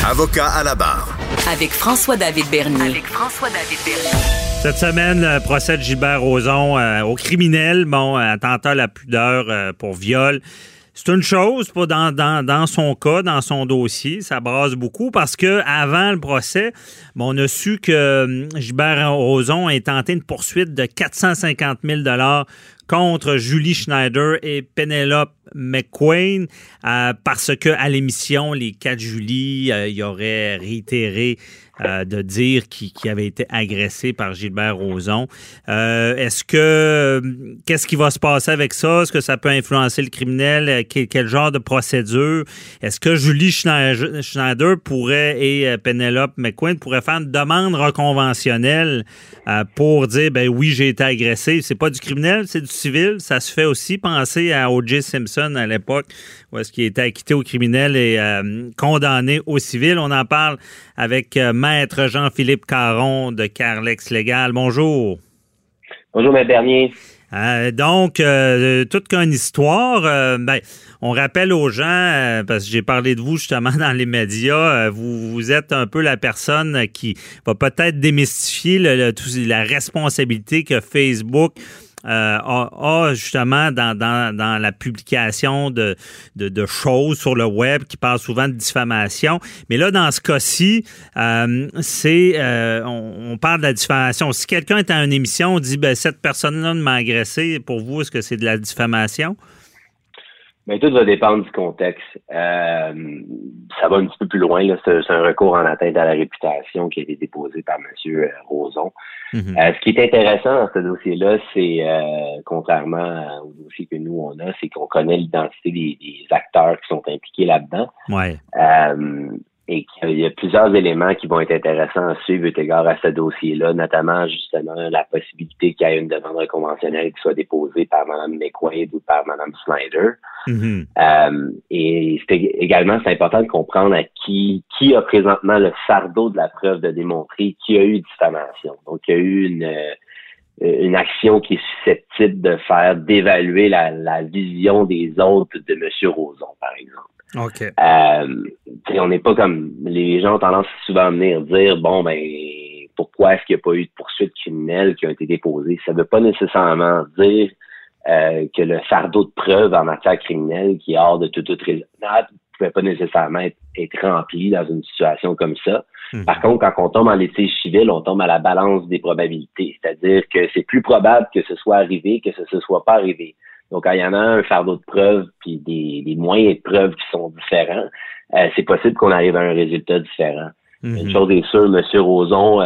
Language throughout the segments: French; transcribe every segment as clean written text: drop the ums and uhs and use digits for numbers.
Avocat à la barre. Avec François-David Bernier. Cette semaine, le procès de Gilbert Rozon au criminel, attentat à la pudeur pour viol. C'est une chose, pas dans son cas, dans son dossier, ça brasse beaucoup parce que avant le procès, on a su que Gilbert Rozon a tenté une poursuite de 450 000 $ contre Julie Schneider et Penelope McQueen parce que à l'émission, les 4 Julie, il aurait réitéré de dire qu'il avait été agressé par Gilbert Rozon. Qu'est-ce qui va se passer avec ça? Est-ce que ça peut influencer le criminel? Quel genre de procédure? Est-ce que Julie Schneider pourrait et Penelope McQueen pourraient faire une demande reconventionnelle pour dire, oui, j'ai été agressé. C'est pas du criminel, c'est du civil. Ça se fait aussi. Pensez à O.J. Simpson à l'époque, où est-ce qu'il était acquitté au criminel et condamné au civil. On en parle avec Maître Jean-Philippe Caron de Carlex Légal. Bonjour. Bonjour, Maître Bernier. Toute qu'une histoire. On rappelle aux gens, parce que j'ai parlé de vous justement dans les médias, vous êtes un peu la personne qui va peut-être démystifier la responsabilité que Facebook a justement dans la publication de choses sur le web qui parlent souvent de diffamation. Mais là, dans ce cas-ci, on parle de la diffamation. Si quelqu'un est à une émission, on dit cette personne-là m'a agressé, pour vous, est-ce que c'est de la diffamation? Tout va dépendre du contexte. Ça va un petit peu plus loin. Là. C'est un recours en atteinte à la réputation qui a été déposé par M. Rozon. Mm-hmm. Ce qui est intéressant dans ce dossier-là, c'est, contrairement au dossier que nous, on a, c'est qu'on connaît l'identité des acteurs qui sont impliqués là-dedans. Ouais. Et qu'il y a plusieurs éléments qui vont être intéressants à suivre eu égard à ce dossier-là, notamment justement la possibilité qu'il y ait une demande conventionnelle qui soit déposée par Mme McQuaid ou par Mme Schneider. Mm-hmm. Et c'est important de comprendre à qui a présentement le fardeau de la preuve de démontrer qu'il y a eu diffamation. Donc, il y a eu une action qui est susceptible de faire dévaluer la vision des autres de M. Rozon, par exemple. OK. On n'est pas comme les gens ont tendance souvent à venir dire pourquoi est-ce qu'il n'y a pas eu de poursuites criminelles qui ont été déposées? Ça ne veut pas nécessairement dire que le fardeau de preuve en matière criminelle qui est hors de toute raisonnable ne pouvait pas nécessairement être rempli dans une situation comme ça. Mm-hmm. Par contre, quand on tombe en litige civil, on tombe à la balance des probabilités. C'est-à-dire que c'est plus probable que ce soit arrivé que ce soit pas arrivé. Donc, quand il y en a un fardeau de preuve puis des moyens de preuve qui sont différents, c'est possible qu'on arrive à un résultat différent. Mm-hmm. Une chose est sûre, M. Rozon,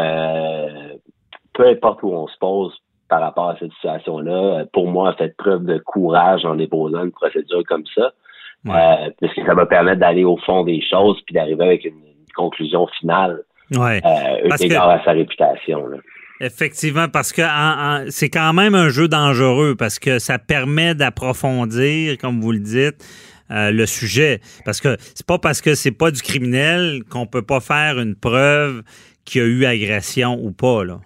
peu importe où on se pose par rapport à cette situation-là, pour moi, a fait preuve de courage en déposant une procédure comme ça, parce que ça va permettre d'aller au fond des choses puis d'arriver avec une conclusion finale eu égard à sa réputation, là. Effectivement, parce que c'est quand même un jeu dangereux parce que ça permet d'approfondir, comme vous le dites, le sujet. Parce que c'est pas parce que c'est pas du criminel qu'on peut pas faire une preuve qu'il y a eu agression ou pas, là.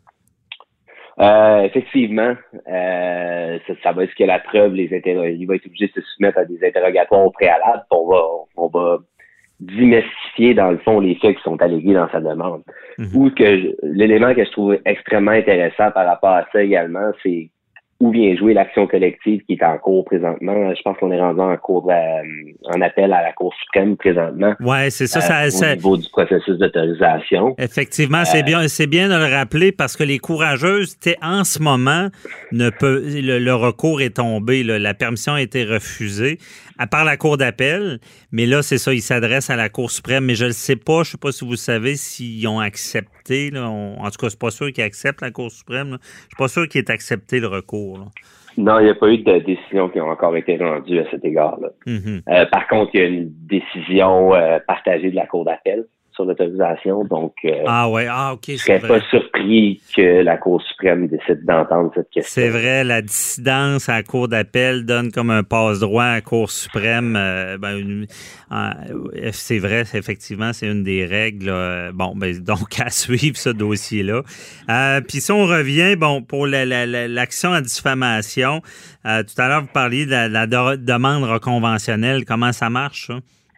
Effectivement, ça va être que la preuve, il va être obligé de se soumettre à des interrogatoires au préalable. On va démystifier, dans le fond, les faits qui sont allégués dans sa demande. Mm-hmm. Ou l'élément que je trouve extrêmement intéressant par rapport à ça également, c'est où vient jouer l'action collective qui est en cours présentement. Je pense qu'on est rendu en cours en appel à la Cour suprême présentement. Ouais, c'est ça. Au niveau du processus d'autorisation. Effectivement, c'est bien de le rappeler parce que les courageuses, en ce moment, le recours est tombé. Là, la permission a été refusée à part la Cour d'appel. Mais là, c'est ça, ils s'adressent à la Cour suprême. Mais je ne sais pas si vous savez s'ils ont accepté. Là, en tout cas, c'est pas sûr qu'ils acceptent la Cour suprême. Là. Je suis pas sûr qu'il ait accepté le recours. Là. Non, il n'y a pas eu de décision qui a encore été rendue à cet égard-là. Mm-hmm. Par contre, il y a une décision partagée de la Cour d'appel sur l'autorisation. Donc, OK. Je ne serais pas surpris que la Cour suprême décide d'entendre cette question. C'est vrai, la dissidence à la Cour d'appel donne comme un passe-droit à la Cour suprême. C'est vrai, effectivement, c'est une des règles. Donc, à suivre ce dossier-là. Puis si on revient, pour l'action à diffamation, tout à l'heure, vous parliez de la demande reconventionnelle. Comment ça marche, ça?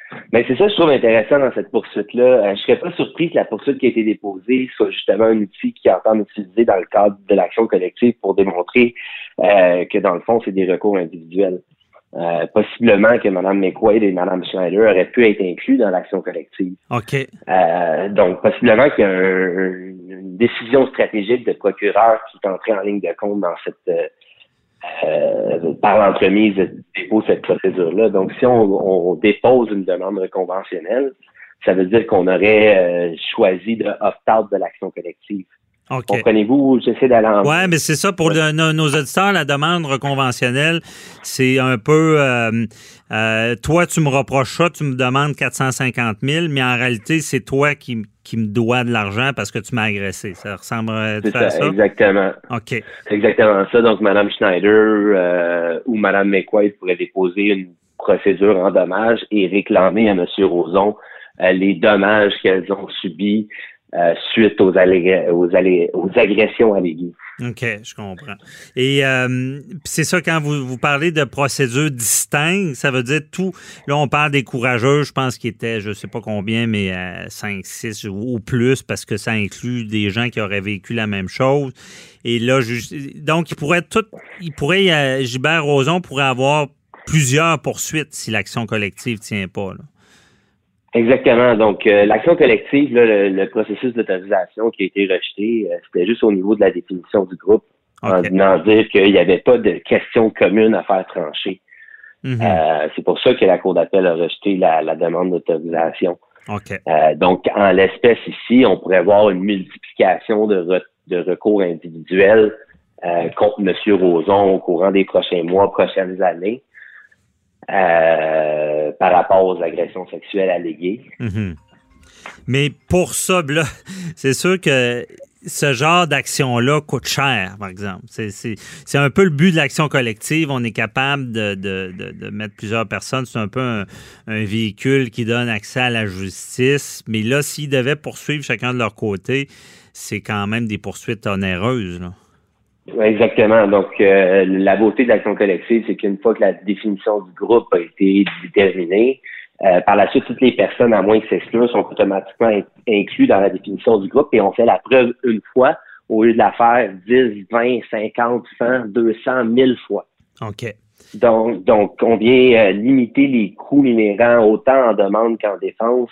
Mais c'est ça que je trouve intéressant dans cette poursuite-là. Je serais pas surpris que la poursuite qui a été déposée soit justement un outil qui entend utiliser dans le cadre de l'action collective pour démontrer que dans le fond, c'est des recours individuels. Possiblement que Mme McQuaid et Mme Schneider auraient pu être inclus dans l'action collective. OK. Donc, possiblement qu'il y a une décision stratégique de procureur qui est entrée en ligne de compte dans cette par l'entremise de dépôt de cette procédure-là. Donc, si on dépose une demande reconventionnelle, ça veut dire qu'on aurait choisi de opt-out de l'action collective. Okay. Comprenez-vous? J'essaie d'aller en... Oui, mais c'est ça. Pour nos auditeurs, la demande reconventionnelle, c'est un peu... toi, tu me reproches ça, tu me demandes 450 000, mais en réalité, c'est toi qui me dois de l'argent parce que tu m'as agressé. Ça ressemblerait à ça? Exactement. OK. C'est exactement ça. Donc, Mme Schneider ou Mme McQuaid pourrait déposer une procédure en dommages et réclamer à M. Roson les dommages qu'elles ont subis suite aux agressions alléguées. OK, je comprends. Et c'est ça, quand vous parlez de procédures distinctes, ça veut dire tout... Là, on parle des courageux, je pense qu'ils étaient, je ne sais pas combien, mais 5, 6 ou plus, parce que ça inclut des gens qui auraient vécu la même chose. Et là, donc, Gilbert Rozon pourrait avoir plusieurs poursuites si l'action collective ne tient pas, là. Exactement. Donc, l'action collective, là, le processus d'autorisation qui a été rejeté, c'était juste au niveau de la définition du groupe, en venant dire qu'il n'y avait pas de question commune à faire trancher. Mm-hmm. C'est pour ça que la Cour d'appel a rejeté la demande d'autorisation. Okay. Donc, en l'espèce ici, on pourrait voir une multiplication de recours individuels contre M. Rozon au courant des prochains mois, prochaines années. Par rapport aux agressions sexuelles alléguées. Mm-hmm. Mais pour ça, là, c'est sûr que ce genre d'action-là coûte cher, par exemple. C'est un peu le but de l'action collective. On est capable de mettre plusieurs personnes. C'est un peu un véhicule qui donne accès à la justice. Mais là, s'ils devaient poursuivre chacun de leur côté, c'est quand même des poursuites onéreuses, là. Exactement. Donc, la beauté de l'action collective, c'est qu'une fois que la définition du groupe a été déterminée, par la suite, toutes les personnes, à moins que s'excluent, sont automatiquement incluses dans la définition du groupe et on fait la preuve une fois au lieu de la faire 10, 20, 50, 100, 200, 1000 fois. OK. Donc on vient limiter les coûts inhérents autant en demande qu'en défense.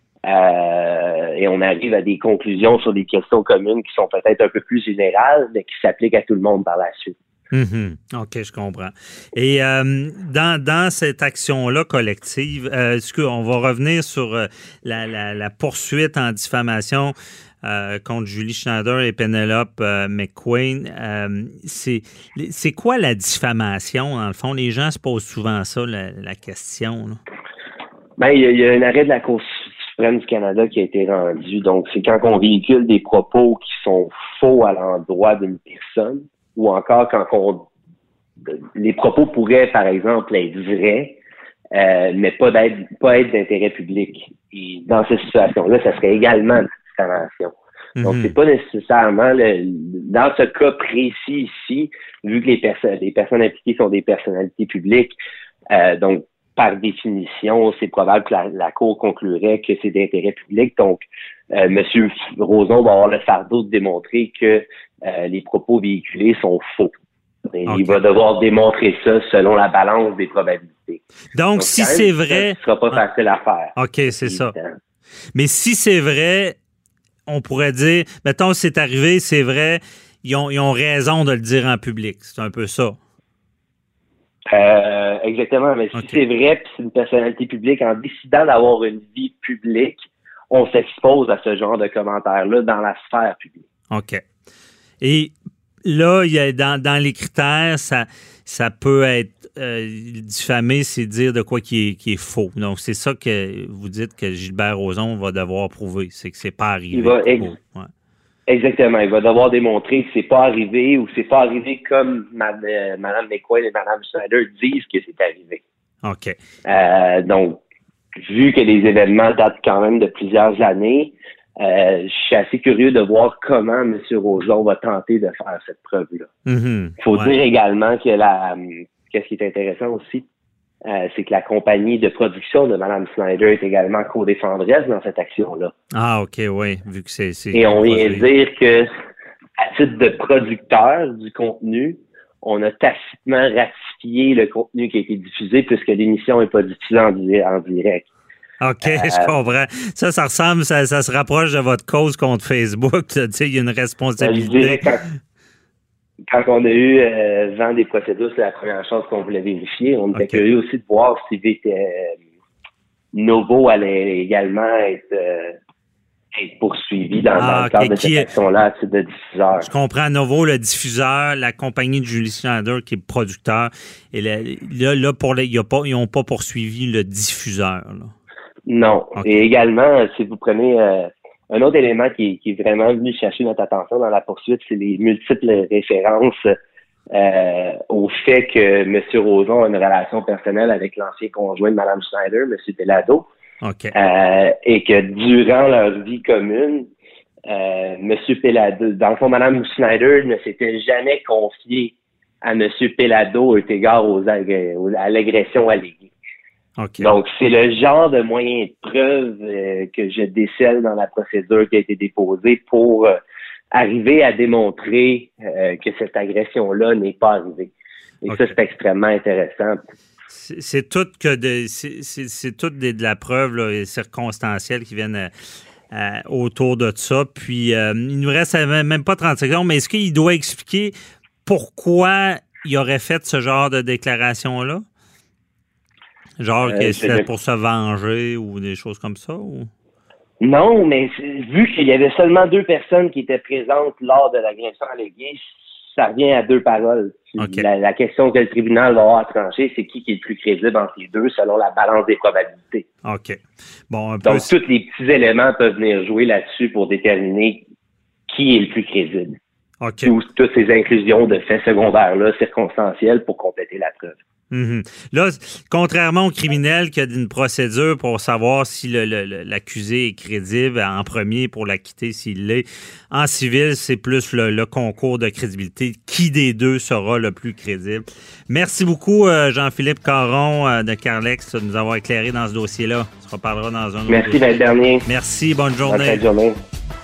Et on arrive à des conclusions sur des questions communes qui sont peut-être un peu plus générales, mais qui s'appliquent à tout le monde par la suite. Mm-hmm. OK, je comprends. Et dans cette action-là collective, est-ce qu'on va revenir sur la poursuite en diffamation contre Julie Schneider et Penelope McQuaid? C'est quoi la diffamation, dans le fond? Les gens se posent souvent ça, la question, là. Ben, il y a un arrêt de la Cour suprême du Canada qui a été rendu. Donc, c'est quand on véhicule des propos qui sont faux à l'endroit d'une personne, ou encore quand les propos pourraient, par exemple, être vrais, mais pas être d'intérêt public. Et dans cette situation-là, ça serait également une diffamation. Mm-hmm. Donc, c'est pas nécessairement dans ce cas précis ici, vu que les personnes impliquées sont des personnalités publiques, donc par définition, c'est probable que la Cour conclurait que c'est d'intérêt public. Donc, M. Rozon va avoir le fardeau de démontrer que les propos véhiculés sont faux. Et okay. Il va devoir démontrer ça selon la balance des probabilités. Donc si c'est vrai... Ce ne sera pas facile à faire. OK, c'est ça. Mais si c'est vrai, on pourrait dire, mettons, c'est arrivé, c'est vrai, ils ont raison de le dire en public. C'est un peu ça. Exactement, mais si c'est vrai, puis c'est une personnalité publique, en décidant d'avoir une vie publique, on s'expose à ce genre de commentaires-là dans la sphère publique. OK. Et là, il y a dans les critères, ça peut être diffamé, c'est dire de quoi qui est faux. Donc, c'est ça que vous dites que Gilbert Rozon va devoir prouver, c'est que c'est pas arrivé. Exactement. Il va devoir démontrer que c'est pas arrivé ou c'est pas arrivé comme Mme McQuaid et Mme Schneider disent que c'est arrivé. OK. Donc, vu que les événements datent quand même de plusieurs années, je suis assez curieux de voir comment M. Rozon va tenter de faire cette preuve-là. Il faut dire également que qu'est-ce qui est intéressant aussi, c'est que la compagnie de production de Mme Snyder est également co-défendresse dans cette action-là. Ah, OK, oui, vu que c'est... Et on vient dire que, à titre de producteur du contenu, on a tacitement ratifié le contenu qui a été diffusé puisque l'émission n'est pas diffusée en direct. OK, je comprends. Ça ressemble, ça se rapproche de votre cause contre Facebook. Tu sais, il y a une responsabilité. Quand on a eu vent des procédures, c'est la première chose qu'on voulait vérifier. On était curieux aussi de voir si Novo allait également être poursuivi dans le cadre de cette action-là à titre de diffuseur. Je comprends. Novo, le diffuseur, la compagnie de Julie Schneider qui est producteur. Et là ils n'ont pas poursuivi le diffuseur. Là. Non. Okay. Et également, si vous prenez un autre élément qui est vraiment venu chercher notre attention dans la poursuite, c'est les multiples références au fait que M. Roson a une relation personnelle avec l'ancien conjoint de Mme Schneider, M. Pelado. Okay. Et que durant leur vie commune, M. Pelado, dans le fond, Mme Schneider ne s'était jamais confiée à M. Pelado au égard à l'agression alléguée. Okay. Donc, c'est le genre de moyen de preuve que je décèle dans la procédure qui a été déposée pour arriver à démontrer que cette agression-là n'est pas arrivée. Et ça, c'est extrêmement intéressant. C'est tout de la preuve là, circonstancielle qui viennent autour de ça. Puis, il nous reste même pas 30 secondes, mais est-ce qu'il doit expliquer pourquoi il aurait fait ce genre de déclaration-là? Genre que c'était pour se venger ou des choses comme ça? Ou? Non, mais vu qu'il y avait seulement 2 personnes qui étaient présentes lors de l'agression alléguée, ça revient à 2 paroles. Okay. La question que le tribunal va avoir à trancher, c'est qui est le plus crédible entre les deux selon la balance des probabilités. OK. Bon, donc, tous les petits éléments peuvent venir jouer là-dessus pour déterminer qui est le plus crédible. OK. Toutes ces inclusions de faits secondaires-là, circonstanciels, pour compléter la preuve. Mm-hmm. Là, contrairement au criminel qui a une procédure pour savoir si l'accusé est crédible en premier pour l'acquitter s'il l'est, en civil, c'est plus le concours de crédibilité. Qui des deux sera le plus crédible? Merci beaucoup, Jean-Philippe Caron de Carlex, de nous avoir éclairé dans ce dossier-là. On se reparlera dans un autre dossier. Merci, Bernier. Merci, bonne journée. Bonne journée.